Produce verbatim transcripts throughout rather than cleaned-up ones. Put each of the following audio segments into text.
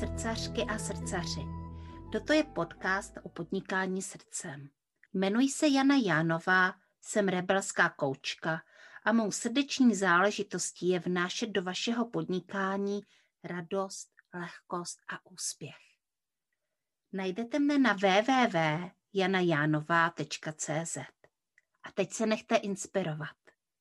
srdcařky a srdcaři. Toto je podcast o podnikání srdcem. Jmenuji se Jana Jánová, jsem rebelská koučka a mou srdeční záležitostí je vnášet do vašeho podnikání radost, lehkost a úspěch. Najdete mne na w w w tečka jana jánová tečka c z. A teď se nechte inspirovat.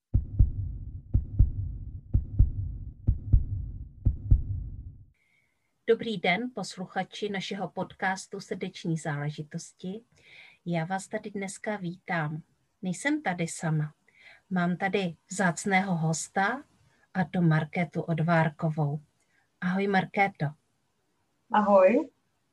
Dobrý den, posluchači našeho podcastu Srdeční záležitosti. Já vás tady dneska vítám. Nejsem tady sama. Mám tady vzácného hosta, a to Markétu Odvárkovou. Ahoj, Markéto. Ahoj.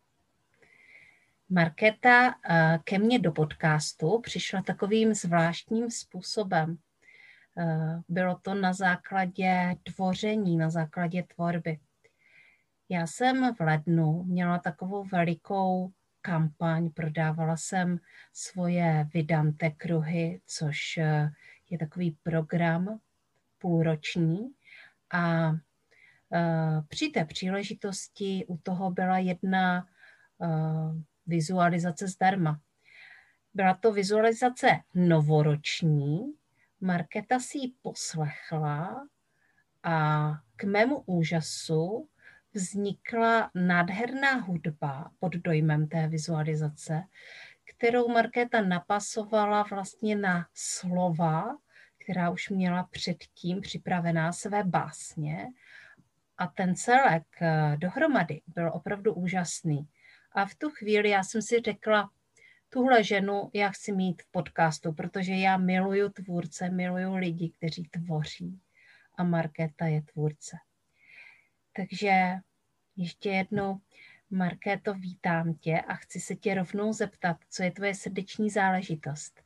Markéta ke mně do podcastu přišla takovým zvláštním způsobem. Bylo to na základě tvoření, na základě tvorby. Já jsem v lednu měla takovou velikou kampaň, prodávala jsem svoje Vidante kruhy, což je takový program půlroční a při té příležitosti u toho byla jedna vizualizace zdarma. Byla to vizualizace novoroční, Markéta si ji poslechla a k mému úžasu vznikla nádherná hudba pod dojmem té vizualizace, kterou Markéta napasovala vlastně na slova, která už měla předtím připravená své básně. A ten celek dohromady byl opravdu úžasný. A v tu chvíli já jsem si řekla, tuhle ženu já chci mít v podcastu, protože já miluju tvůrce, miluju lidi, kteří tvoří. A Markéta je tvůrce. Takže ještě jednou, Markéto, vítám tě a chci se tě rovnou zeptat, co je tvoje srdeční záležitost?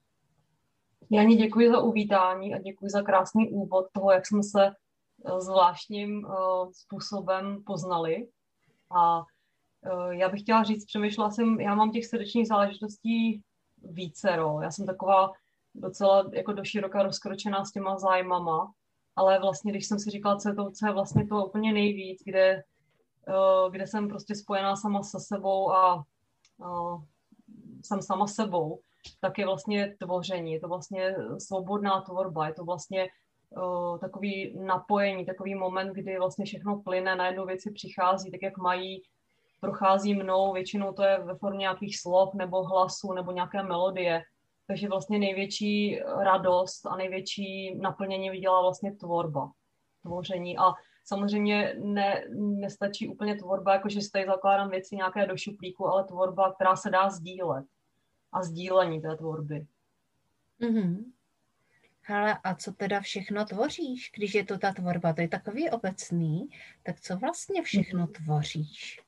Jani, děkuji za uvítání a děkuji za krásný úvod toho, jak jsme se zvláštním uh, způsobem poznali. A uh, já bych chtěla říct, přemýšlela jsem, já mám těch srdečních záležitostí vícero. Já jsem taková docela jako doširoka rozkročená s těma zájmama, ale vlastně, když jsem si říkala, co je to, co je vlastně to úplně nejvíc, kde, uh, kde jsem prostě spojená sama se sebou a uh, jsem sama sebou, tak je vlastně tvoření, je to vlastně svobodná tvorba, je to vlastně uh, takový napojení, takový moment, kdy vlastně všechno plyne, najednou věci přichází tak, jak mají, prochází mnou, většinou to je ve formě nějakých slov nebo hlasů nebo nějaké melodie, takže vlastně největší radost a největší naplnění viděla vlastně tvorba, tvoření a samozřejmě ne, nestačí úplně tvorba, jakože si tady zakládám věci nějaké do šuplíku, ale tvorba, která se dá sdílet. A sdílení té tvorby. Mm-hmm. Hele, a co teda všechno tvoříš, když je to ta tvorba? To je takový obecný, tak co vlastně všechno mm-hmm. tvoříš?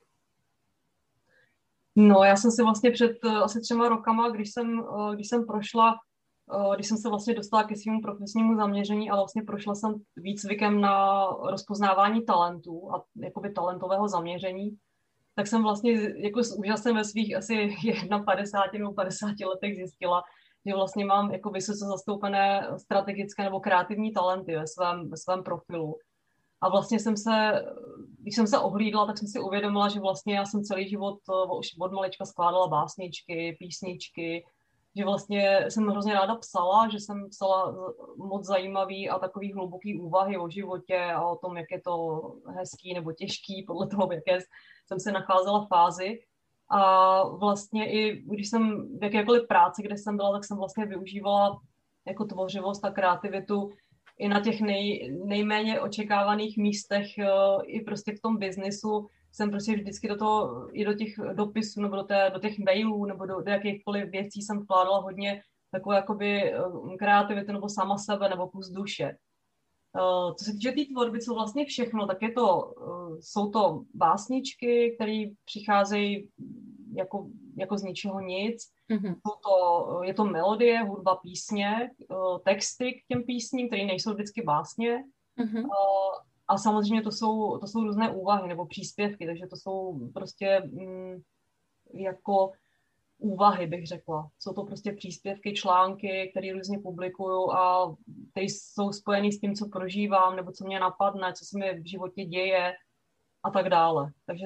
No, já jsem si vlastně před uh, asi třema rokama, když jsem, uh, když jsem prošla, uh, když jsem se vlastně dostala ke svému profesnímu zaměření a vlastně prošla jsem výcvikem na rozpoznávání talentů a jakoby talentového zaměření, tak jsem vlastně jako s úžasem ve svých asi padesáti nebo padesáti letech zjistila, že vlastně mám jako vysoce zastoupené strategické nebo kreativní talenty ve svém, ve svém profilu. A vlastně jsem se, když jsem se ohlídla, tak jsem si uvědomila, že vlastně já jsem celý život už od malička skládala básničky, písničky, že vlastně jsem hrozně ráda psala, že jsem psala moc zajímavý a takový hluboký úvahy o životě a o tom, jak je to hezký nebo těžký, podle toho, v jaké jsem se nacházela fázi. A vlastně i když jsem v jakékoliv práci, kde jsem byla, tak jsem vlastně využívala jako tvořivost a kreativitu i na těch nej, nejméně očekávaných místech, i prostě v tom biznisu jsem prostě vždycky do toho, i do těch dopisů, nebo do, té, do těch mailů, nebo do, do jakýchkoliv věcí jsem vkládala hodně takové jakoby kreativitu, nebo sama sebe, nebo kus duše. Uh, co se týče té tý tvorby, co vlastně všechno, tak je to, uh, jsou to básničky, které přicházejí jako, jako z ničeho nic. Mm-hmm. To, je to melodie, hudba, písně, uh, texty k těm písním, které nejsou vždycky básně. Mm-hmm. Uh, a samozřejmě to jsou, to jsou různé úvahy nebo příspěvky, takže to jsou prostě mm, jako úvahy, bych řekla. Jsou to prostě příspěvky, články, které různě publikuju a které jsou spojené s tím, co prožívám, nebo co mě napadne, co se mi v životě děje a tak dále. Takže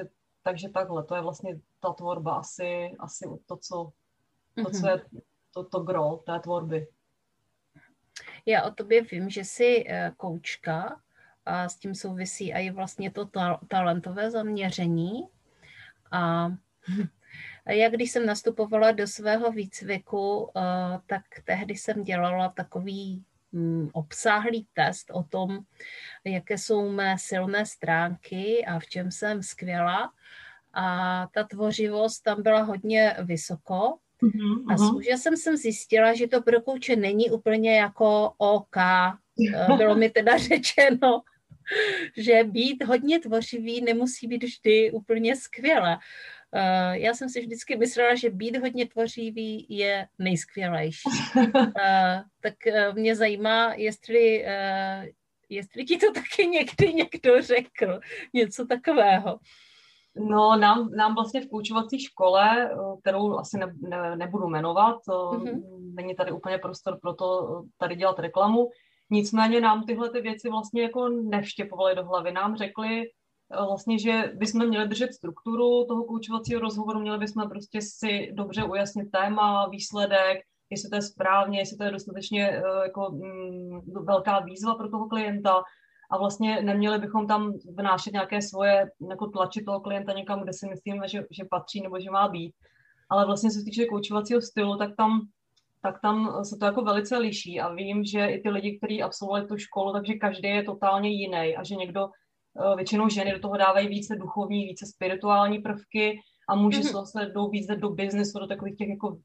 takže takhle, to je vlastně ta tvorba asi, asi to, co, to, co Mhm. je to, to gro té tvorby. Já o tobě vím, že jsi koučka a s tím souvisí i vlastně to ta- talentové zaměření. A já když jsem nastupovala do svého výcviku, tak tehdy jsem dělala takový obsáhlý test o tom, jaké jsou mé silné stránky a v čem jsem skvělá. A ta tvořivost tam byla hodně vysoko. Uh-huh, A s uh-huh. úžasem jsem zjistila, že to pro kouče není úplně jako OK. Bylo mi teda řečeno, že být hodně tvořivý nemusí být vždy úplně skvělé. Já jsem si vždycky myslela, že být hodně tvořivý je nejskvělejší. Tak mě zajímá, jestli, jestli ti to taky někdy někdo řekl, něco takového. No, nám, nám vlastně v koučovací škole, kterou asi ne, ne, nebudu jmenovat, mm-hmm. není tady úplně prostor pro to tady dělat reklamu, nicméně nám tyhle ty věci vlastně jako nevštěpovaly do hlavy. Nám řekli vlastně, že bychom měli držet strukturu toho koučovacího rozhovoru, měli bychom prostě si dobře ujasnit téma, výsledek, jestli to je správně, jestli to je dostatečně jako mm, velká výzva pro toho klienta. A vlastně neměli bychom tam vnášet nějaké svoje, jako tlačit toho klienta někam, kde si myslíme, že, že patří nebo že má být. Ale vlastně co se týče koučovacího stylu, tak tam, tak tam se to jako velice liší a vím, že i ty lidi, kteří absolvovali tu školu, takže každý je totálně jiný a že někdo, většinou ženy do toho dávají více duchovní, více spirituální prvky a muži mm-hmm. se vlastně jdou více do biznesu, do takových těch jako,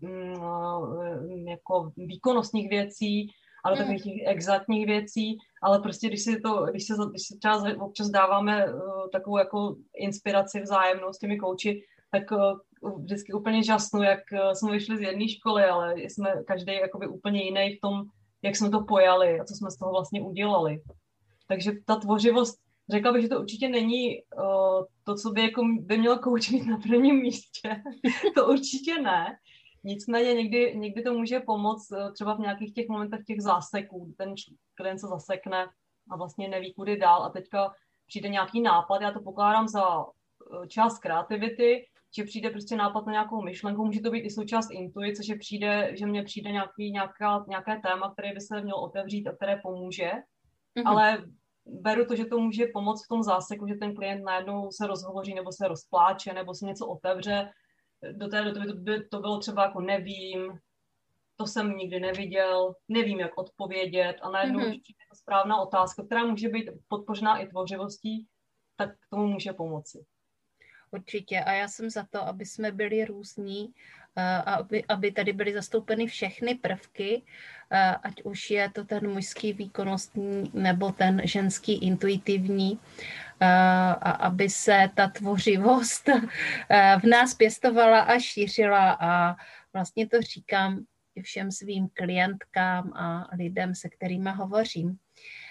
jako výkonnostních věcí, a do takových těch exaktních věcí, ale prostě když si to, když se, když se třeba občas dáváme uh, takovou jako inspiraci vzájemnou s těmi kouči, tak uh, vždycky úplně žasnu, jak uh, jsme vyšli z jedné školy, ale jsme každý jakoby úplně jiný v tom, jak jsme to pojali a co jsme z toho vlastně udělali. Takže ta tvořivost, řekla bych, že to určitě není uh, to, co by, jako by měl kouč mít na prvním místě. To určitě ne. Nicméně někdy, někdy to může pomoct třeba v nějakých těch momentech těch záseků, ten klient se zasekne a vlastně neví, kudy dál a teďka přijde nějaký nápad, já to pokládám za část kreativity, že přijde prostě nápad na nějakou myšlenku, může to být i součást intuice, že přijde, že mně přijde nějaký, nějaká, nějaké téma, které by se mělo otevřít a které pomůže, mm-hmm. ale beru to, že to může pomoct v tom záseku, že ten klient najednou se rozhovoří nebo se rozpláče nebo se něco otevře. Do té doby to, by to bylo třeba jako nevím, to jsem nikdy neviděl, nevím, jak odpovědět a najednou, mm-hmm. když je to správná otázka, která může být podpořená i tvořivostí, tak k tomu může pomoci. Určitě a já jsem za to, aby jsme byli různí a aby, aby tady byly zastoupeny všechny prvky, ať už je to ten mužský výkonnostní nebo ten ženský intuitivní, a aby se ta tvořivost v nás pěstovala a šířila a vlastně to říkám všem svým klientkám a lidem, se kterými hovořím.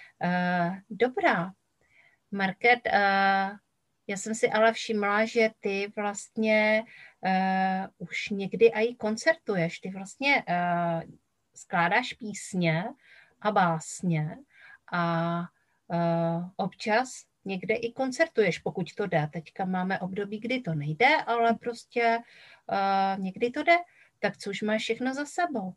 Dobrá, Market, já jsem si ale všimla, že ty vlastně už někdy i koncertuješ, ty vlastně skládáš písně a básně a občas někde i koncertuješ, pokud to jde. Teďka máme období, kdy to nejde, ale prostě uh, někdy to jde. Tak co už máš všechno za sebou?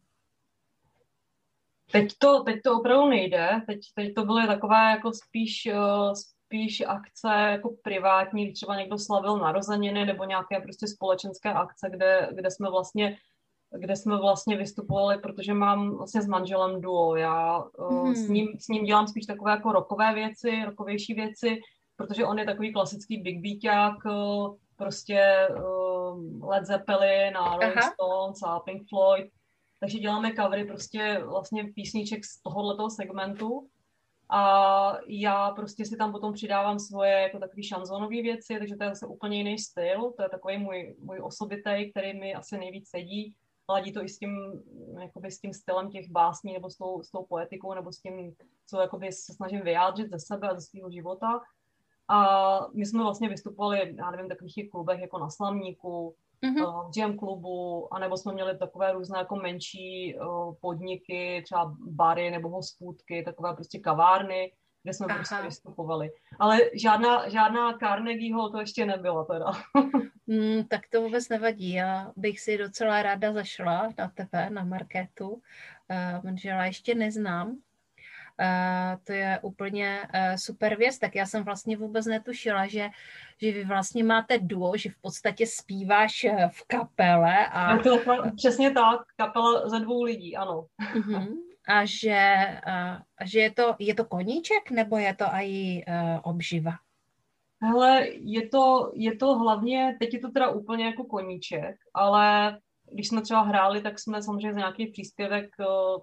Teď to, teď to opravdu nejde. Teď, teď to byly takové jako spíš, uh, spíš akce jako privátní, třeba někdo slavil narozeniny nebo nějaké prostě společenské akce, kde, kde jsme vlastně kde jsme vlastně vystupovali, protože mám vlastně s manželem duo. Já uh, hmm. s, ním, s ním dělám spíš takové jako rockové věci, rockovější věci, protože on je takový klasický big beaták, uh, prostě uh, Led Zeppelin a Rolling Stones a Pink Floyd. Takže děláme covery prostě vlastně písniček z tohoto segmentu. A já prostě si tam potom přidávám svoje jako takový šanzonové věci, takže to je zase úplně jiný styl. To je takový můj, můj osobitej, který mi asi nejvíc sedí. Ladí to i s tím, jakoby s tím stylem těch básní, nebo s tou, s tou poetikou, nebo s tím, co jakoby se snažím vyjádřit ze sebe a ze svého života. A my jsme vlastně vystupovali, já nevím, v takových těch klubech jako na Slamníku, mm-hmm. v Jam klubu, anebo jsme měli takové různé jako menší uh, podniky, třeba bary nebo hospůdky, takové prostě kavárny, kde jsme Aha. prostě vystupovali. Ale žádná, žádná Carnegie Hall to ještě nebyla teda. Mm, tak to vůbec nevadí. Já bych si docela ráda zašla na tebe, na Markétu. Uh, manžela ještě neznám. Uh, to je úplně uh, super věc. Tak já jsem vlastně vůbec netušila, že, že vy vlastně máte duo, že v podstatě zpíváš v kapele. A, Je to přesně tak, kapela ze dvou lidí, ano. uh-huh. A že, uh, že je, to, je to koníček, nebo je to i uh, obživa? Hele, je to, je to hlavně, teď je to teda úplně jako koníček, ale když jsme třeba hráli, tak jsme samozřejmě za nějaký příspěvek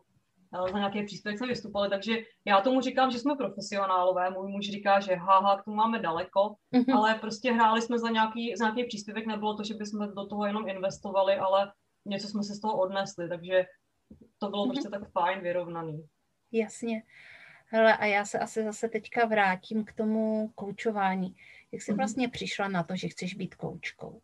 za nějaký příspěvek jsme vystupovali, takže já tomu říkám, že jsme profesionálové, můj muž říká, že haha, k tomu máme daleko, mm-hmm. ale prostě hráli jsme za nějaký, za nějaký příspěvek, nebylo to, že bychom do toho jenom investovali, ale něco jsme se z toho odnesli, takže to bylo mm-hmm. prostě tak fajn, vyrovnaný. Jasně. Hele, a já se asi zase teďka vrátím k tomu koučování. Jak jsi vlastně přišla na to, že chceš být koučkou?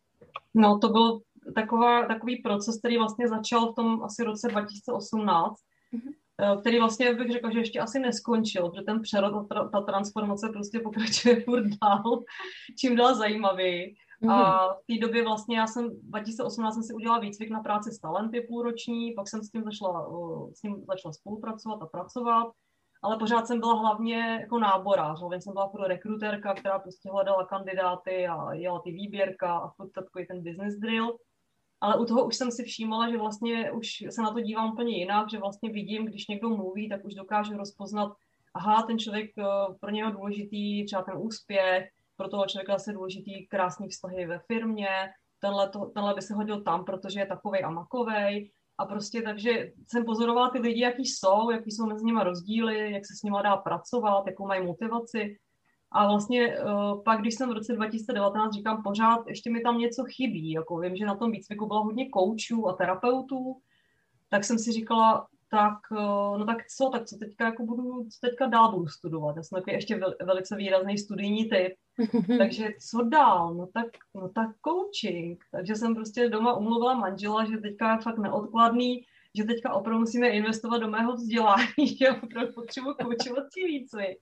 No, to byl taková, takový proces, který vlastně začal v tom asi roce dva tisíce osmnáct, mm-hmm. který vlastně bych řekla, že ještě asi neskončil, protože ten přerod, ta, ta transformace prostě pokračuje furt dál, čím dál zajímavěji. Mm-hmm. A v té době vlastně já jsem, dva tisíce osmnáct jsem si udělala výcvik na práci s talenty půlroční, pak jsem s tím začala, s tím začala spolupracovat a pracovat, ale pořád jsem byla hlavně jako náborář, hlavně jsem byla pro rekrutérka, která prostě hledala kandidáty a jela ty výběrka a furt takový ten business drill. Ale u toho už jsem si všímala, že vlastně už se na to dívám úplně jinak, že vlastně vidím, když někdo mluví, tak už dokážu rozpoznat, aha, ten člověk, pro něho důležitý třeba ten úspěch, pro toho člověka zase důležitý krásný vztahy ve firmě, tenhle, to, tenhle by se hodil tam, protože je takovej a makovej. A prostě takže jsem pozorovala ty lidi, jaký jsou, jaký jsou mezi nimi rozdíly, jak se s nimi dá pracovat, jakou mají motivaci. A vlastně uh, pak, když jsem v roce dva tisíce devatenáct říkám pořád, ještě mi tam něco chybí, jako vím, že na tom výcviku bylo hodně koučů a terapeutů, tak jsem si říkala, tak, uh, no tak co, tak co teďka jako budu, co teďka dál budu studovat. Já jsem takový ještě vel, velice výrazný studijní typ, takže co dál, no tak, no tak coaching. Takže jsem prostě doma umluvila manžela, že teďka je fakt neodkladný, že teďka opravdu musíme investovat do mého vzdělání, že opravdu potřebuji koučovací výcvik.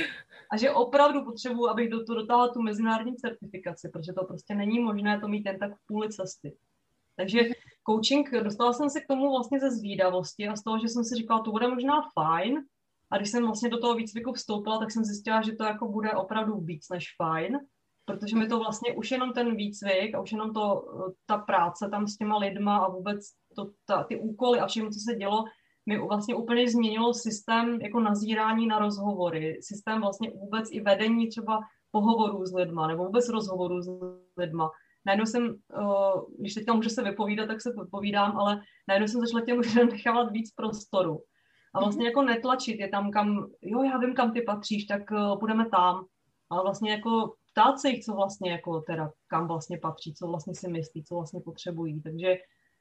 A že opravdu potřebuji, abych do toho dotáhla tu mezinárodní certifikaci, protože to prostě není možné to mít jen tak v půli cesty. Takže coaching, dostala jsem se k tomu vlastně ze zvídavosti a z toho, že jsem si říkala, to bude možná fajn. A když jsem vlastně do toho výcviku vstoupila, tak jsem zjistila, že to jako bude opravdu víc než fajn, protože mi to vlastně už jenom ten výcvik a už jenom to, ta práce tam s těma lidma a vůbec to, ta, ty úkoly a všechno, co se dělo, mi vlastně úplně změnilo systém jako nazírání na rozhovory, systém vlastně vůbec i vedení třeba pohovorů s lidma nebo vůbec rozhovorů s lidma. Najednou jsem, když teďka můžu se vypovídat, tak se vypovídám, ale najednou jsem začala těm lidem nechávat víc prostoru. A vlastně jako netlačit je tam, kam, jo, já vím, kam ty patříš, tak půjdeme tam. Ale vlastně jako ptát se jich, co vlastně jako teda, kam vlastně patří, co vlastně si myslí, co vlastně potřebují. Takže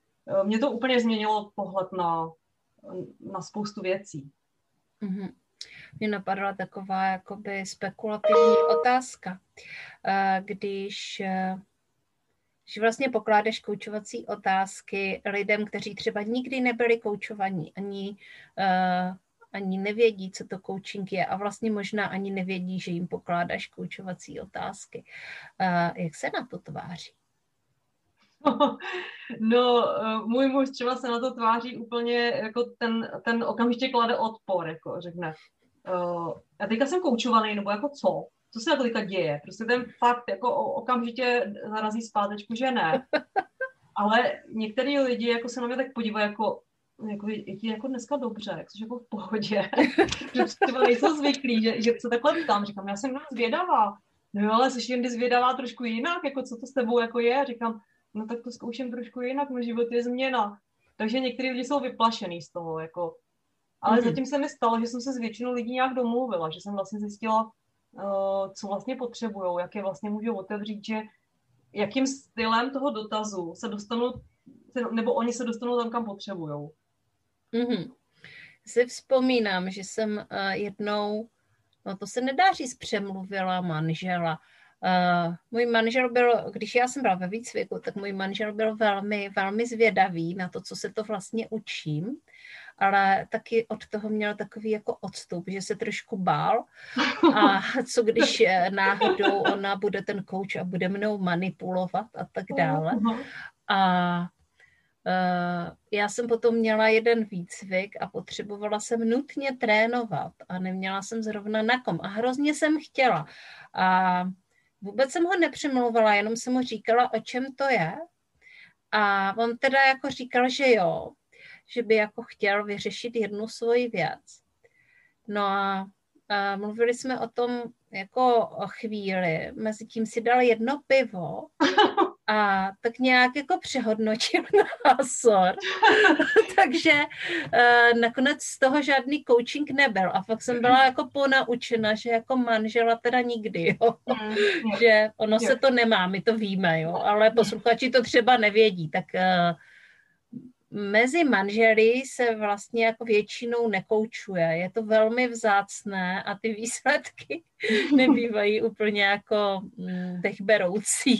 mě to úplně změnilo pohled na, na spoustu věcí. Mm-hmm. Mě napadla taková jakoby spekulativní otázka. Když, když vlastně pokládáš koučovací otázky lidem, kteří třeba nikdy nebyli koučovaní, ani, ani nevědí, co to coaching je a vlastně možná ani nevědí, že jim pokládáš koučovací otázky. Jak se na to tváří? No, můj muž třeba se na to tváří úplně, jako ten, ten okamžitě klade odpor, jako řekne. Uh, já teďka jsem koučovaný, nebo jako co? Co se jako teďka děje? Prostě ten fakt jako okamžitě zarazí zpátečku, že ne. Ale některý lidi jako se na mě tak podívají, jako, jako je ti jako dneska dobře, jak jsi jako v pohodě. Že třeba nejsou zvyklí, že, že se takhle ptám. Říkám, já jsem na zvědavá. No ale jsi jindy zvědavá trošku jinak, jako co to s tebou jako je. Říkám, no tak to zkouším trošku jinak, můj život je změna. Takže některý lidi jsou vyplašený z toho, jako. Ale mm-hmm. zatím se mi stalo, že jsem se s většinou lidí nějak domluvila, že jsem vlastně zjistila, uh, co vlastně potřebujou, jak je vlastně můžou otevřít, že jakým stylem toho dotazu se dostanou, nebo oni se dostanou tam, kam potřebujou. Mm-hmm. Si vzpomínám, že jsem uh, jednou, no to se nedá říct, přemluvila manžela, Uh, můj manžel byl, když já jsem byla ve výcviku, tak můj manžel byl velmi, velmi zvědavý na to, co se to vlastně učím, ale taky od toho měl takový jako odstup, že se trošku bál. A co když náhodou ona bude ten coach a bude mnou manipulovat a tak dále. A uh, já jsem potom měla jeden výcvik a potřebovala jsem nutně trénovat a neměla jsem zrovna na kom. A hrozně jsem chtěla. A vůbec jsem ho nepřemlouvala, jenom jsem mu říkala, o čem to je. A on teda jako říkal, že jo, že by jako chtěl vyřešit jednu svoji věc. No a, a mluvili jsme o tom jako o chvíli, mezi tím si dal jedno pivo a tak nějak jako přehodnotil názor. Takže uh, nakonec z toho žádný coaching nebyl a fakt jsem byla jako ponaučena, že jako manžela teda nikdy, jo. Mm, že ono jo. se to nemá, my to víme, jo, ale posluchači to třeba nevědí, tak uh, mezi manželi se vlastně jako většinou nekoučuje. Je to velmi vzácné a ty výsledky nebývají úplně jako mm, dechberoucí.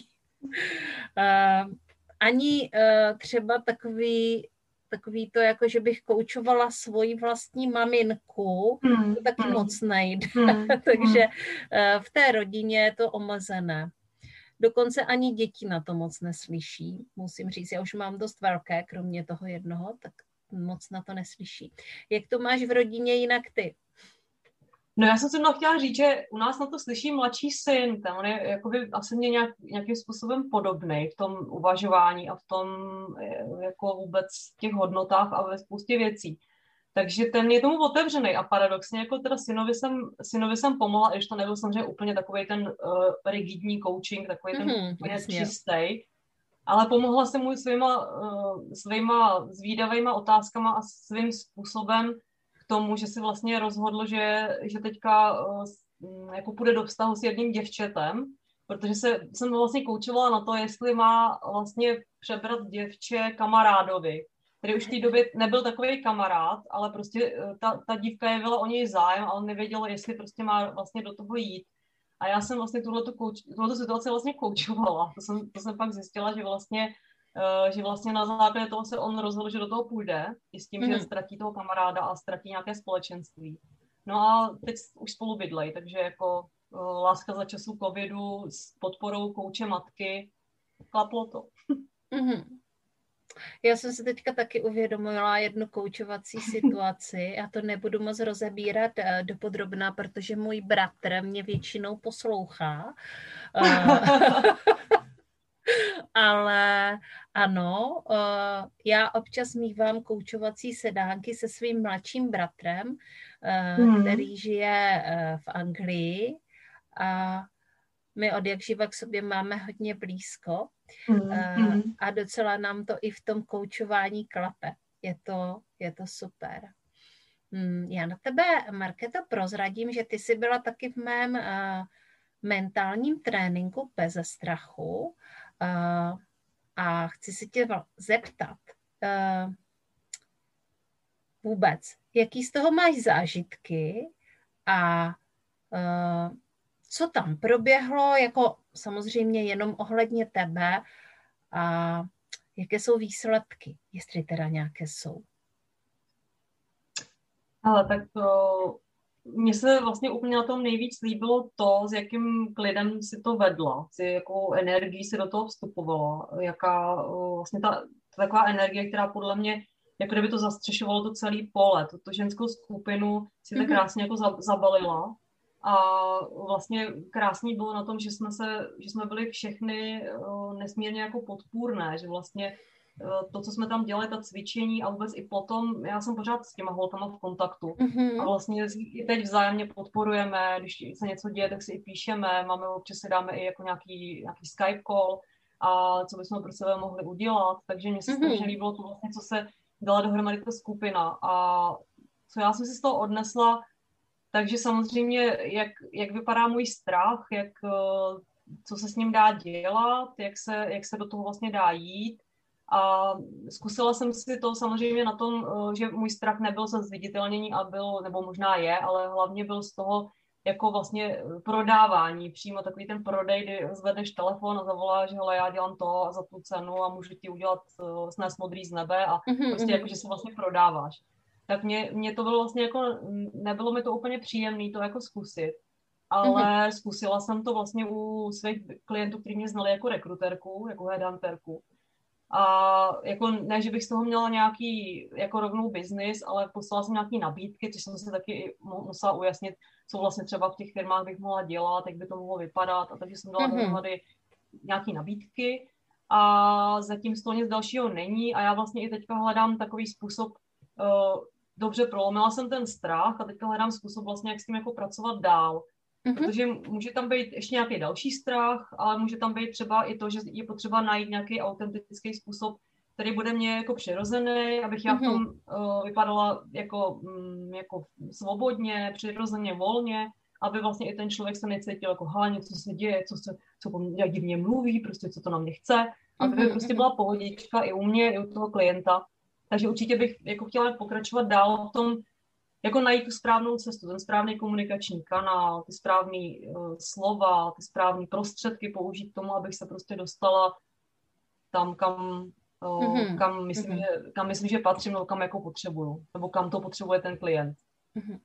Uh, ani uh, třeba takový, takový to, jako že bych koučovala svoji vlastní maminku, hmm, to taky hmm. moc nejde. Hmm, Takže uh, v té rodině je to omezené. Dokonce ani děti na to moc neslyší. Musím říct, já už mám dost velké, kromě toho jednoho, tak moc na to neslyší. Jak to máš v rodině jinak ty? No já jsem se chtěla říct, že u nás na to slyší mladší syn, ten on je jakoby asi mě nějak, nějakým způsobem podobný v tom uvažování a v tom jako vůbec těch hodnotách a ve spoustě věcí. Takže ten je tomu otevřený a paradoxně jako teda synovi jsem, synovi jsem pomohla, když to nebyl samozřejmě úplně takový ten uh, rigidní coaching, takový ten mm-hmm, úplně čistý, ale pomohla jsem mu svýma, uh, svýma zvídavýma otázkama a svým způsobem k tomu, že si vlastně rozhodl, že, že teďka uh, jako půjde do vztahu s jedním děvčetem, protože se, jsem vlastně koučovala na to, jestli má vlastně přebrat děvče kamarádovi, který už v té době nebyl takový kamarád, ale prostě ta, ta dívka jevila o něj zájem a on nevěděl, jestli prostě má vlastně do toho jít. A já jsem vlastně tuhletu, kouč, tuhletu situaci vlastně koučovala. To jsem, to jsem pak zjistila, že vlastně, uh, že vlastně na základě toho se on rozhodl, že do toho půjde, i s tím, mm. že ztratí toho kamaráda a ztratí nějaké společenství. No a teď už spolu bydlej, takže jako uh, láska za času covidu s podporou kouče matky, klaplo to. Mm-hmm. Já jsem si teďka taky uvědomila jednu koučovací situaci. Já to nebudu moc rozebírat dopodrobná, protože můj bratr mě většinou poslouchá. Ale ano, já občas mívám koučovací sedánky se svým mladším bratrem, který žije v Anglii a my od jak živa k sobě máme hodně blízko. Mm, a docela nám to i v tom koučování klape. Je to, je to super. Já na tebe, Markéto, prozradím, že ty jsi byla taky v mém uh, mentálním tréninku Beze strachu uh, a chci se tě zeptat uh, vůbec, jaký z toho máš zážitky a uh, co tam proběhlo, jako samozřejmě jenom ohledně tebe a jaké jsou výsledky, jestli teda nějaké jsou. Ale tak to, mně se vlastně úplně na tom nejvíc líbilo to, s jakým klidem si to vedla, s jakou energií si do toho vstupovala, jaká vlastně ta, ta taková energie, která podle mě, jako kdyby to zastřešovalo to celé pole, tu, tu ženskou skupinu si tak krásně jako zabalila. A vlastně krásný bylo na tom, že jsme, se, že jsme byli všechny uh, nesmírně jako podpůrné, že vlastně uh, to, co jsme tam dělali, ta cvičení a vůbec i potom, já jsem pořád s těma holkama v kontaktu mm-hmm. a vlastně i teď vzájemně podporujeme, když se něco děje, tak si i píšeme, máme občas si dáme i jako nějaký, nějaký Skype call a co bychom pro sebe mohli udělat, takže mně se mm-hmm. strašně líbilo to vlastně, co se dala dohromady ta skupina a co já jsem si z toho odnesla. Takže samozřejmě, jak, jak vypadá můj strach, jak, co se s ním dá dělat, jak se, jak se do toho vlastně dá jít. A zkusila jsem si to samozřejmě na tom, že můj strach nebyl ze zviditelnění a byl, nebo možná je, ale hlavně byl z toho, jako vlastně prodávání, přímo takový ten prodej, kdy zvedneš telefon a zavoláš, hele, já dělám to a za tu cenu a můžu ti udělat uh, snést modrý z nebe a mm-hmm. prostě jako, že se vlastně prodáváš. Tak mě, mě to bylo vlastně jako, nebylo mi to úplně příjemné to jako zkusit, ale mm-hmm. zkusila jsem to vlastně u svých klientů, kteří mě znali jako rekrutérku, jako headhunterku. A jako ne, že bych z toho měla nějaký jako rovnou biznis, ale poslala jsem nějaký nabídky, což jsem si taky musela ujasnit, co vlastně třeba v těch firmách bych mohla dělat, jak by to mohlo vypadat. A takže jsem dala mm-hmm. dohromady nějaký nabídky a zatím z toho nic dalšího není a já vlastně i teďka hledám takový způsob, uh, dobře prolomila jsem ten strach a teďka hledám způsob vlastně, jak s tím jako pracovat dál. Mm-hmm. Protože může tam být ještě nějaký další strach, ale může tam být třeba i to, že je potřeba najít nějaký autentický způsob, který bude mě jako přirozený, abych já v tom uh, vypadala jako, um, jako svobodně, přirozeně, volně, aby vlastně i ten člověk se necítil jako, ha, něco se děje, co se, co po mně, jak divně mluví, prostě co to na mě chce, aby mm-hmm. prostě byla pohodička i u mě, i u toho klienta. Takže určitě bych jako chtěla pokračovat dál v tom, jako najít tu správnou cestu, ten správný komunikační kanál, ty správné uh, slova, ty správné prostředky použít k tomu, abych se prostě dostala tam, kam, uh, mm-hmm. kam, myslím, mm-hmm. že, kam myslím, že patřím, nebo kam jako potřebuju, nebo kam to potřebuje ten klient. Mm-hmm.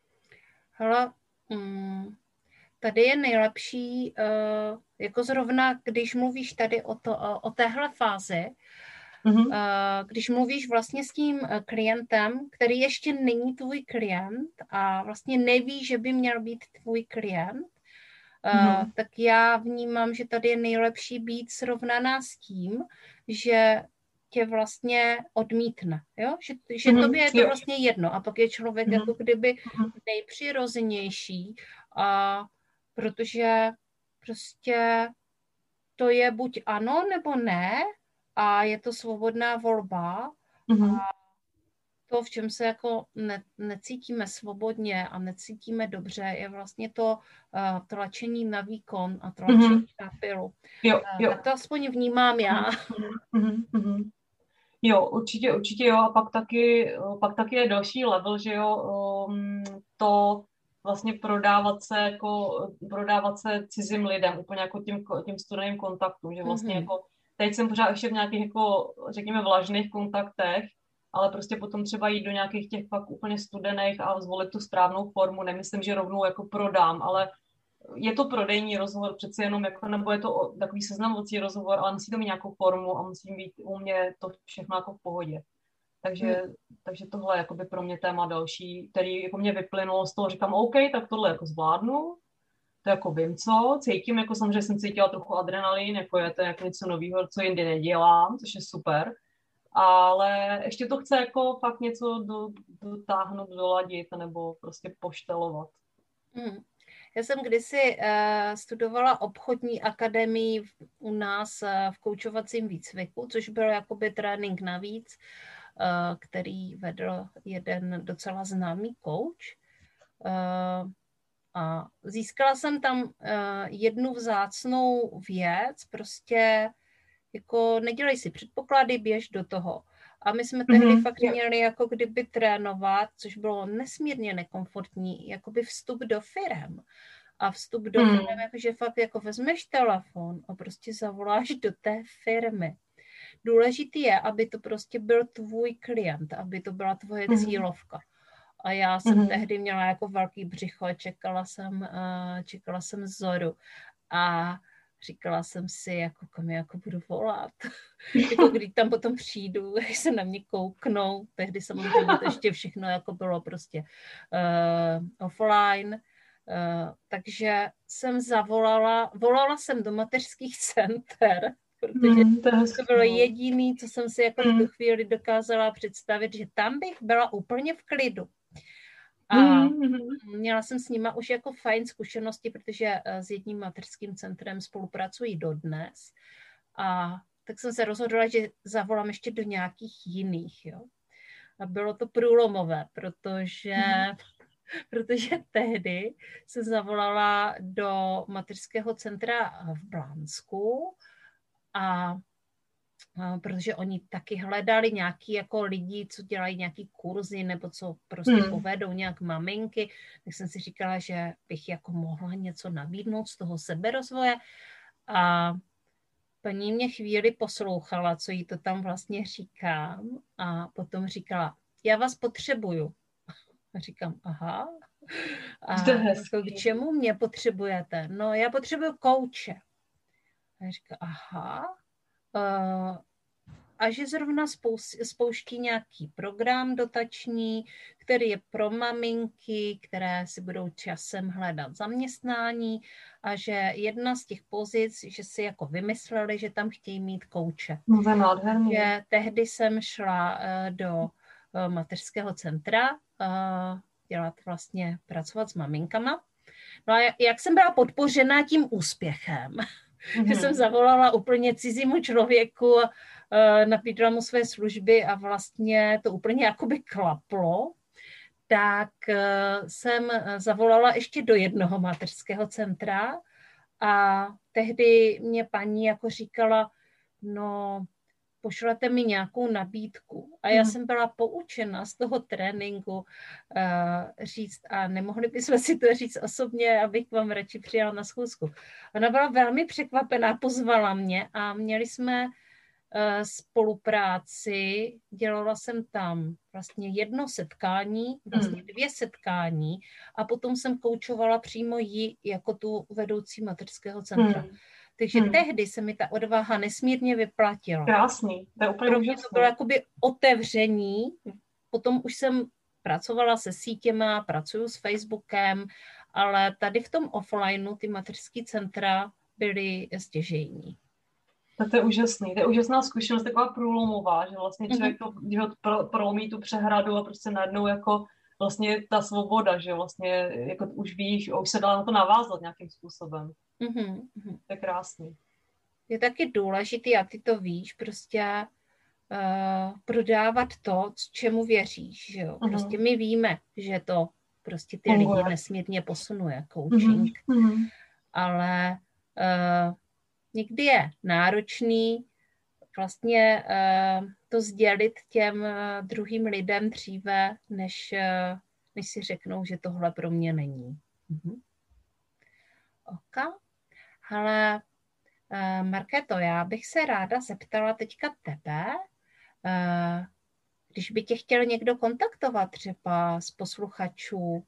Hele, mm, tady je nejlepší, uh, jako zrovna, když mluvíš tady o, to, o, o téhle fázi, Mm-hmm. Když mluvíš vlastně s tím klientem, který ještě není tvůj klient a vlastně neví, že by měl být tvůj klient, mm-hmm. tak já vnímám, že tady je nejlepší být srovnaná s tím, že tě vlastně odmítne, jo? Že, že mm-hmm. tobě je to vlastně jedno a pak je člověk mm-hmm. jako kdyby nejpřirozenější, a protože prostě to je buď ano nebo ne, a je to svobodná volba mm-hmm. a to, v čem se jako ne, necítíme svobodně a necítíme dobře, je vlastně to uh, tlačení na výkon a tlačení mm-hmm. na pilu. Jo, jo. Tak to aspoň vnímám já. Mm-hmm. Mm-hmm. Jo, určitě, určitě jo. A pak taky, pak taky je další level, že jo, um, to vlastně prodávat se jako, prodávat se cizím lidem, úplně jako tím, tím studeným kontaktům, že vlastně mm-hmm. jako teď jsem pořád ještě v nějakých, jako, řekněme, vlažných kontaktech, ale prostě potom třeba jít do nějakých těch pak úplně studených a zvolit tu správnou formu. Nemyslím, že rovnou jako prodám, ale je to prodejní rozhovor přeci jenom, jako, nebo je to takový seznamovací rozhovor, ale musí to mít nějakou formu a musí být u mě to všechno jako v pohodě. Takže, hmm. takže tohle je jakoby pro mě téma další, který jako mě vyplynulo z toho, říkám, OK, tak tohle jako zvládnu, to jako vím co, cítím, jako samozřejmě jsem cítila trochu adrenalin, jako je to jako něco nového, co jindy nedělám, což je super, ale ještě to chce jako fakt něco do, dotáhnout, doladit nebo prostě poštelovat. Hmm. Já jsem kdysi uh, studovala obchodní akademii u nás uh, v koučovacím výcviku, což byl jakoby trénink navíc, uh, který vedl jeden docela známý kouč. Uh, A získala jsem tam uh, jednu vzácnou věc, prostě jako nedělej si předpoklady, běž do toho. A my jsme tehdy mm-hmm. fakt měli jako kdyby trénovat, což bylo nesmírně nekomfortní, jakoby vstup do firem. A vstup do mm. firem, jakože fakt jako vezmeš telefon a prostě zavoláš do té firmy. Důležitý je, aby to prostě byl tvůj klient, aby to byla tvoje mm. cílovka. A já jsem mm-hmm. tehdy měla jako velký břicho, čekala jsem, uh, čekala jsem Zoru a říkala jsem si, jako kam jako budu volat. Jako když tam potom přijdu, když se na mě kouknou, tehdy samozřejmě to ještě všechno jako bylo prostě uh, offline, uh, takže jsem zavolala, volala jsem do mateřských center, protože mm, to, to bylo jediné, co jsem si jako mm. v tu chvíli dokázala představit, že tam bych byla úplně v klidu. A měla jsem s nima už jako fajn zkušenosti, protože s jedním mateřským centrem spolupracují dodnes. A tak jsem se rozhodla, že zavolám ještě do nějakých jiných. Jo. A bylo to průlomové, protože, mm. protože tehdy jsem zavolala do mateřského centra v Blánsku a protože oni taky hledali nějaký jako lidi, co dělají nějaký kurzy nebo co prostě Hmm. povedou nějak maminky, tak jsem si říkala, že bych jako mohla něco nabídnout z toho seberozvoje a paní mě chvíli poslouchala, co jí to tam vlastně říkám a potom říkala, já vás potřebuju. A říkám, aha. A k čemu mě potřebujete? No, já potřebuju kouče. A já říkám, aha. Uh, a že zrovna spouští nějaký program dotační, který je pro maminky, které si budou časem hledat zaměstnání a že jedna z těch pozic, že si jako vymysleli, že tam chtějí mít kouče. No, to je nádherný. Že tehdy jsem šla do mateřského centra dělat vlastně, pracovat s maminkama. No a jak jsem byla podpořena tím úspěchem, mm-hmm. že jsem zavolala úplně cizímu člověku, nabídla mu své služby a vlastně to úplně jakoby klaplo, tak jsem zavolala ještě do jednoho mateřského centra a tehdy mě paní jako říkala, no pošlete mi nějakou nabídku. A já mm. jsem byla poučena z toho tréninku uh, říct, a nemohli bychom si to říct osobně, abych k vám radši přijala na schůzku. Ona byla velmi překvapená, pozvala mě a měli jsme uh, spolupráci, dělala jsem tam vlastně jedno setkání, vlastně dvě setkání a potom jsem koučovala přímo ji jako tu vedoucí mateřského centra. Mm. Takže hmm. tehdy se mi ta odvaha nesmírně vyplatila. Krásný, to je úplně Pro mě to bylo jakoby otevření. Potom už jsem pracovala se sítěma, pracuju s Facebookem, ale tady v tom offlineu ty mateřský centra byly stěžejní. To je úžasný, to je úžasná zkušenost, taková průlomová, že vlastně člověk to, když ho pro, prolomí tu přehradu a prostě najednou jako vlastně ta svoboda, že vlastně jako už víš, už se dá na to navázat nějakým způsobem. Mm-hmm. To je krásný. Je taky důležitý, a ty to víš, prostě uh, prodávat to, čemu věříš, že jo. Prostě my víme, že to prostě ty Funguje. lidi nesmírně posunuje, coaching, mm-hmm. ale uh, někdy je náročný vlastně uh, to sdělit těm uh, druhým lidem dříve, než, uh, než si řeknou, že tohle pro mě není. Uh-huh. OK. Ale uh, Markéto, já bych se ráda zeptala teďka tebe, uh, když by tě chtěl někdo kontaktovat třeba z posluchačů, uh,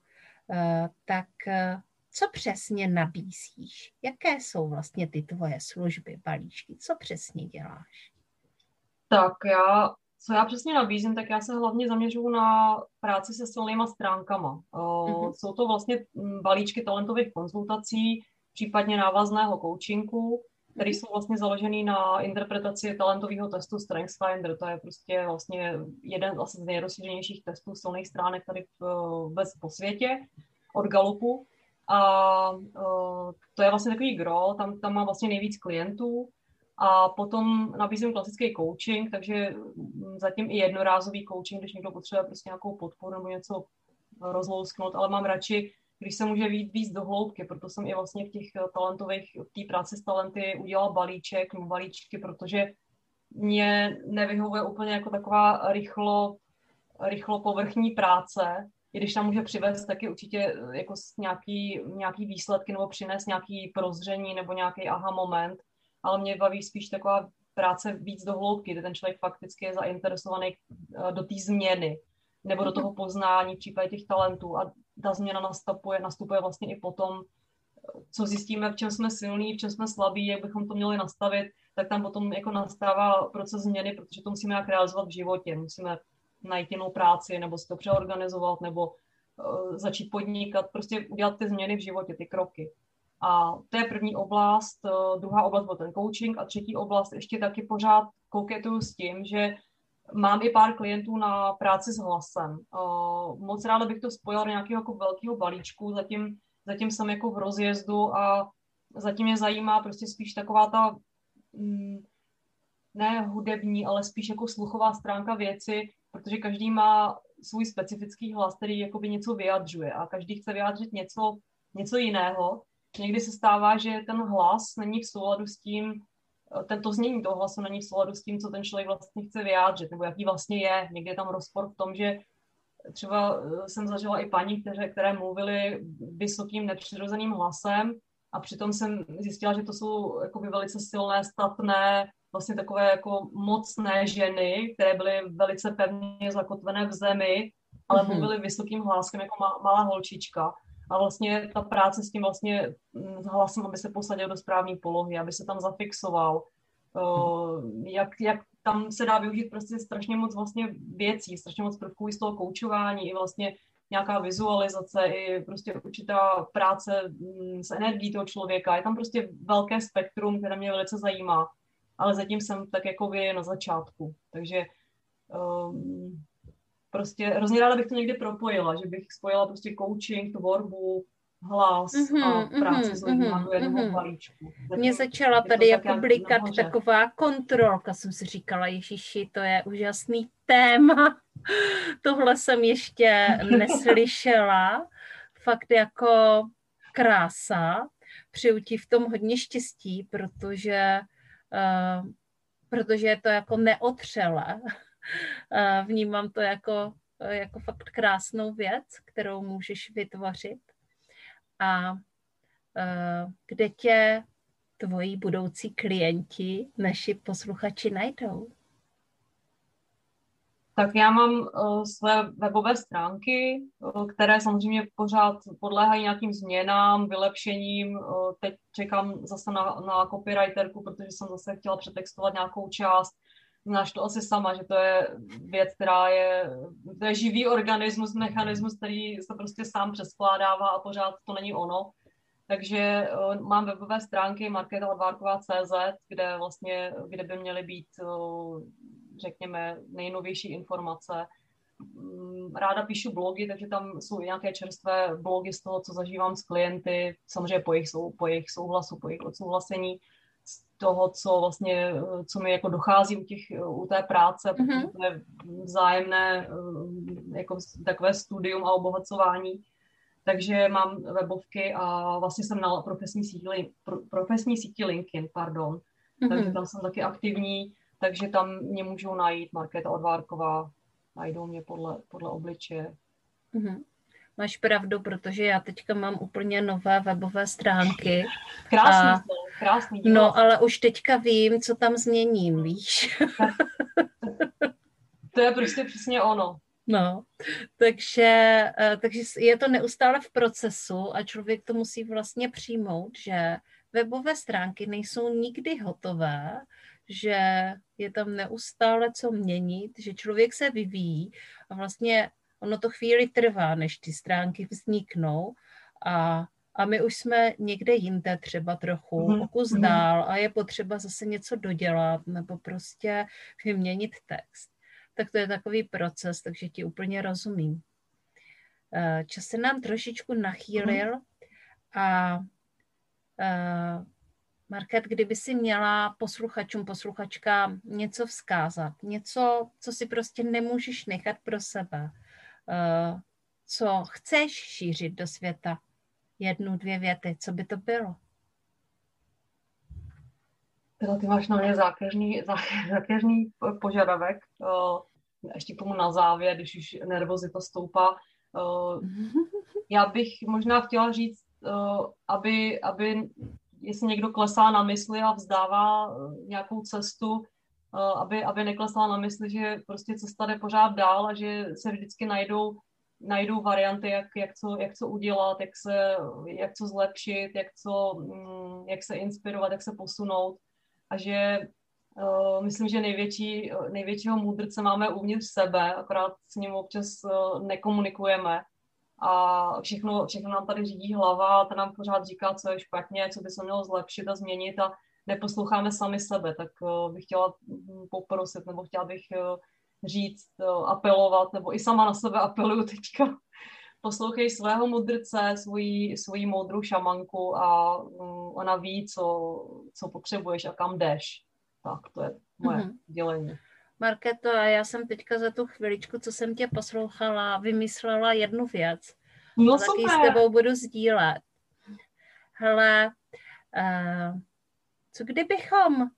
tak uh, co přesně nabízíš? Jaké jsou vlastně ty tvoje služby, balíčky? Co přesně děláš? Tak já, co já přesně nabízím, tak já se hlavně zaměřuju na práci se silnýma stránkama. Uh, mm-hmm. Jsou to vlastně balíčky talentových konzultací, případně návazného coachingu, které jsou vlastně založený na interpretaci talentového testu StrengthsFinder. To je prostě vlastně jeden z nejrozšířenějších testů silných stránek tady vůbec po světě od Gallupu. A uh, to je vlastně takový gro, tam, tam má vlastně nejvíc klientů. A potom nabízím klasický coaching, takže zatím i jednorázový coaching, když někdo potřebuje prostě nějakou podporu nebo něco rozlousknout, ale mám radši, když se může víc, víc do hloubky, proto jsem i vlastně v těch talentových, v té práci s talenty udělala balíček, nebo balíčky, protože mě nevyhovuje úplně jako taková rychlo, rychlo povrchní práce, i když tam může přivést taky určitě jako nějaký, nějaký výsledky nebo přinést nějaký prozření nebo nějaký aha moment, ale mě baví spíš taková práce víc do hloubky, kde ten člověk fakticky je zainteresovaný do té změny nebo do toho poznání v případě těch talentů a ta změna nastupuje, nastupuje vlastně i potom, co zjistíme, v čem jsme silní, v čem jsme slabí, jak bychom to měli nastavit, tak tam potom jako nastává proces změny, protože to musíme nějak realizovat v životě. Musíme najít jinou práci, nebo si to přeorganizovat, nebo uh, začít podnikat, prostě udělat ty změny v životě, ty kroky. A to je první oblast, uh, druhá oblast byl ten coaching a třetí oblast ještě taky pořád koketuju s tím, že mám i pár klientů na práci s hlasem. Uh, moc ráda bych to spojila do nějakého jako velkého balíčku, zatím, zatím jsem jako v rozjezdu a zatím mě zajímá prostě spíš taková ta mm, ne hudební, ale spíš jako sluchová stránka věci, protože každý má svůj specifický hlas, který jakoby něco vyjadřuje a každý chce vyjádřit něco, něco jiného. Někdy se stává, že ten hlas není v souladu s tím, tento znění toho hlasu není v souladu s tím, co ten člověk vlastně chce vyjádřit, nebo jaký vlastně je. Někdy je tam rozpor v tom, že třeba jsem zažila i paní, které, které mluvily vysokým, nepřirozeným hlasem a přitom jsem zjistila, že to jsou jakoby velice silné, statné, vlastně takové jako mocné ženy, které byly velice pevně zakotvené v zemi, ale mm-hmm. mluvily vysokým hláskem jako má, malá holčička. A vlastně ta práce s tím vlastně hlasem, aby se posadil do správné polohy, aby se tam zafixoval, uh, jak, jak tam se dá využít prostě strašně moc vlastně věcí, strašně moc prvků i z toho koučování, i vlastně nějaká vizualizace, i prostě určitá práce s energií toho člověka. Je tam prostě velké spektrum, které mě velice zajímá, ale zatím jsem tak jako vy na začátku. Takže um, prostě hrozně ráda bych to někdy propojila, že bych spojila prostě coaching, tvorbu, hlas mm-hmm, a práci mm-hmm, s lidmi mm-hmm, do jednoho mm-hmm. balíčku. Mně začala tady jako blikat taková kontrolka, jsem si říkala, ježiši, to je úžasný téma. Tohle jsem ještě neslyšela. Fakt jako krása. Přeju ti v tom hodně štěstí, protože, uh, protože je to jako neotřelé. Uh, vnímám to jako, jako fakt krásnou věc, kterou můžeš vytvořit. A uh, kde tě tvoji budoucí klienti, naši posluchači najdou? Tak já mám uh, své webové stránky, uh, které samozřejmě pořád podléhají nějakým změnám, vylepšením. Uh, teď čekám zase na, na copywriterku, protože jsem zase chtěla přetextovat nějakou část. Znáš to asi sama, že to je věc, která je, to je živý organismus, mechanismus, který se prostě sám přeskládává a pořád to není ono. Takže uh, mám webové stránky markéta odvárková tečka cé zet, kde vlastně, kde by měly být, uh, řekněme, nejnovější informace. Um, ráda píšu blogy, takže tam jsou nějaké čerstvé blogy z toho, co zažívám s klienty, samozřejmě po jejich, sou, po jejich souhlasu, po jejich odsouhlasení, z toho, co vlastně, co mi jako dochází u, těch, u té práce, mm-hmm. protože to je vzájemné jako takové studium a obohacování. Takže mám webovky a vlastně jsem na profesní síti, profesní síti LinkedIn, pardon. Mm-hmm. Takže tam jsem taky aktivní, takže tam mě můžou najít Markéta Odvárková, najdou mě podle, podle obličeje. Mm-hmm. Máš pravdu, protože já teďka mám úplně nové webové stránky. Krásný, a... krásný. Dílo. No, ale už teďka vím, co tam změním, víš? To je prostě přesně ono. No, takže, takže je to neustále v procesu a člověk to musí vlastně přijmout, že webové stránky nejsou nikdy hotové, že je tam neustále co měnit, že člověk se vyvíjí a vlastně ono to chvíli trvá, než ty stránky vzniknou a, a my už jsme někde jinde třeba trochu, mm-hmm. o kus dál a je potřeba zase něco dodělat nebo prostě vyměnit text. Tak to je takový proces, takže ti úplně rozumím. Čas se nám trošičku nachýlil a uh, Market, kdyby si měla posluchačům, posluchačkám něco vzkázat, něco, co si prostě nemůžeš nechat pro sebe, uh, co chceš šířit do světa, jednu, dvě věty, co by to bylo? Teda ty máš na mě zákeřný, zákeřný požadavek. Ještě k tomu na závěr, když už nervozita stoupá. Já bych možná chtěla říct, aby, aby jestli někdo klesá na mysli a vzdává nějakou cestu, aby, aby neklesala na mysli, že prostě cesta jde pořád dál a že se vždycky najdou, najdou varianty, jak, jak, co, jak co udělat, jak, se, jak co zlepšit, jak, co, jak se inspirovat, jak se posunout. A že uh, myslím, že největší, největšího můdrce máme uvnitř sebe, akorát s ním občas uh, nekomunikujeme. A všechno, všechno nám tady řídí hlava a ta nám pořád říká, co je špatně, co by se mělo zlepšit a změnit a neposloucháme sami sebe. Tak uh, bych chtěla poprosit, nebo chtěla bych uh, říct, uh, apelovat, nebo i sama na sebe apeluju teďka. Poslouchej svého mudrce, svoji, svoji moudrou šamanku a um, ona ví, co, co potřebuješ a kam jdeš. Tak, to je moje mm-hmm. dělení. Markéto, a já jsem teďka za tu chviličku, co jsem tě poslouchala, vymyslela jednu věc. No, taky s tebou budu sdílet. Hele, uh, co kdybychom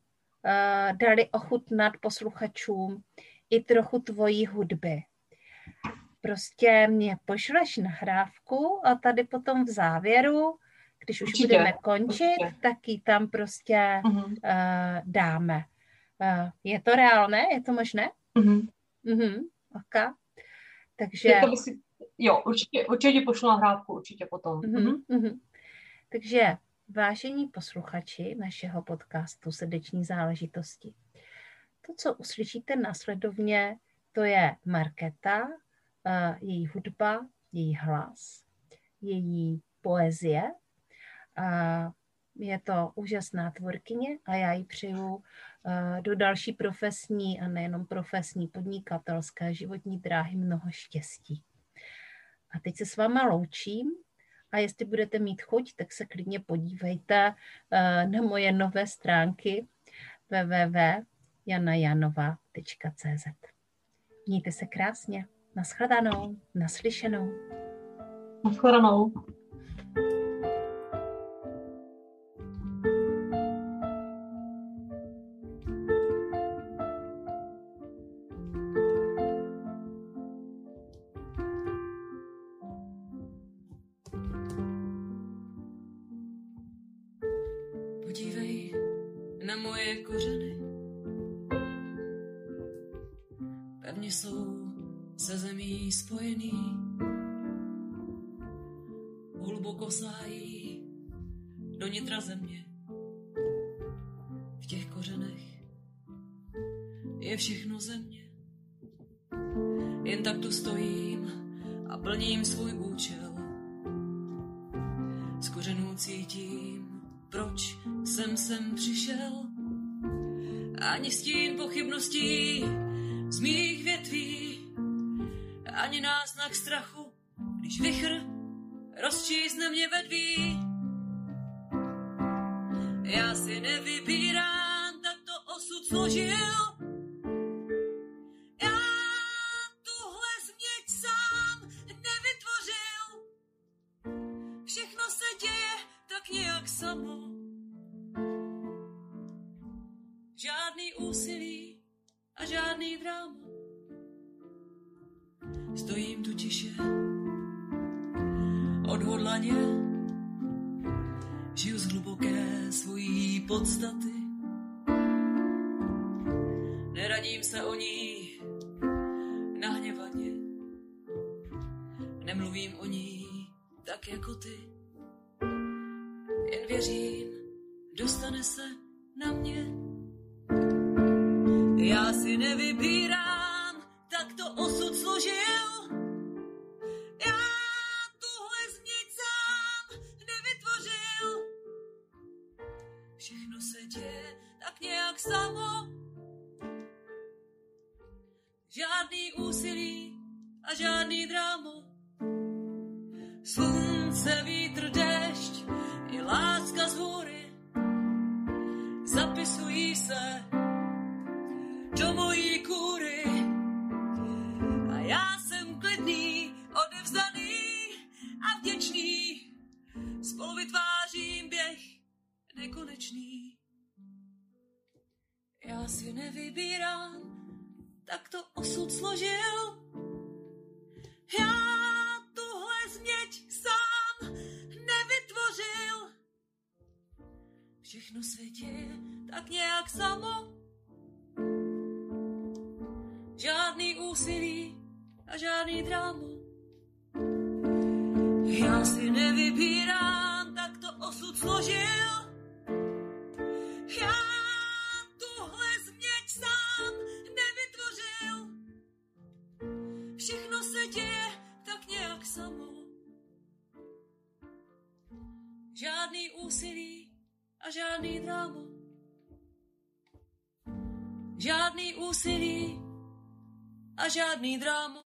uh, dali ochutnat posluchačům i trochu tvojí hudby. Prostě mě pošleš nahrávku a tady potom v závěru, když už Určitě, budeme končit, určitě. tak ji tam prostě uh-huh. uh, dáme. Uh, je to reálné? Je to možné? Uh-huh. Uh-huh. Okay. Takže... Si... Jo, určitě, určitě pošlu nahrávku, určitě potom. Uh-huh. Uh-huh. Takže vážení posluchači našeho podcastu Srdeční záležitosti, to, co uslyšíte následovně, to je Markéta, Uh, její hudba, její hlas, její poezie. Uh, je to úžasná tvůrkyně a já jí přeju uh, do další profesní a nejenom profesní, podnikatelské životní dráhy mnoho štěstí. A teď se s váma loučím a jestli budete mít chuť, tak se klidně podívejte uh, na moje nové stránky w w w tečka jana janova tečka c z. Mějte se krásně. Naschledanou, naslyšenou. Naschledanou. Podívej na moje kořeny. Pevně jsou se zemí spojený, hluboko sájí do nitra země. V těch kořenech je všechno země. Jen tak tu stojím a plním svůj účel. Z kořenů cítím, proč jsem sem přišel. Ani stín pochybností z mých větví, ani náznak strachu, když vichr rozčísne mě vedví. Já si nevybírám, tak to osud složil. Já tuhle změť sám nevytvořil. Všechno se děje tak nějak samo. Žádný úsilí a žádný dráma. Stojím tu tiše, odhodlaně, žiju z hluboké svojí podstaty. Neradím se o ní nahněvaně, nemluvím o ní tak jako ty. Jen věřím, dostane se na mě. Já si nevybírám, tak to osud složil. Já tuhle změť sám nevytvořil. Všechno se děje tak nějak samo. Žádný úsilí a žádný drámo. Slunce, vítr, déšť i láska z hůry zapisují se do mojí kůry. A já jsem klidný, odevzdaný a vděčný. Spolu vytvářím běh nekonečný. Já si nevybírám, tak to osud složil. Já tuhle změť sám nevytvořil. Všechno se děje tak nějak samo. Žádný úsilí a žádný drámo. Já si nevybírám, tak to osud složil. Já tuhle změť sám nevytvořil. Všechno se děje tak nějak samo. Žádný úsilí a žádný drámo. Žádný úsilí a žádný drámo.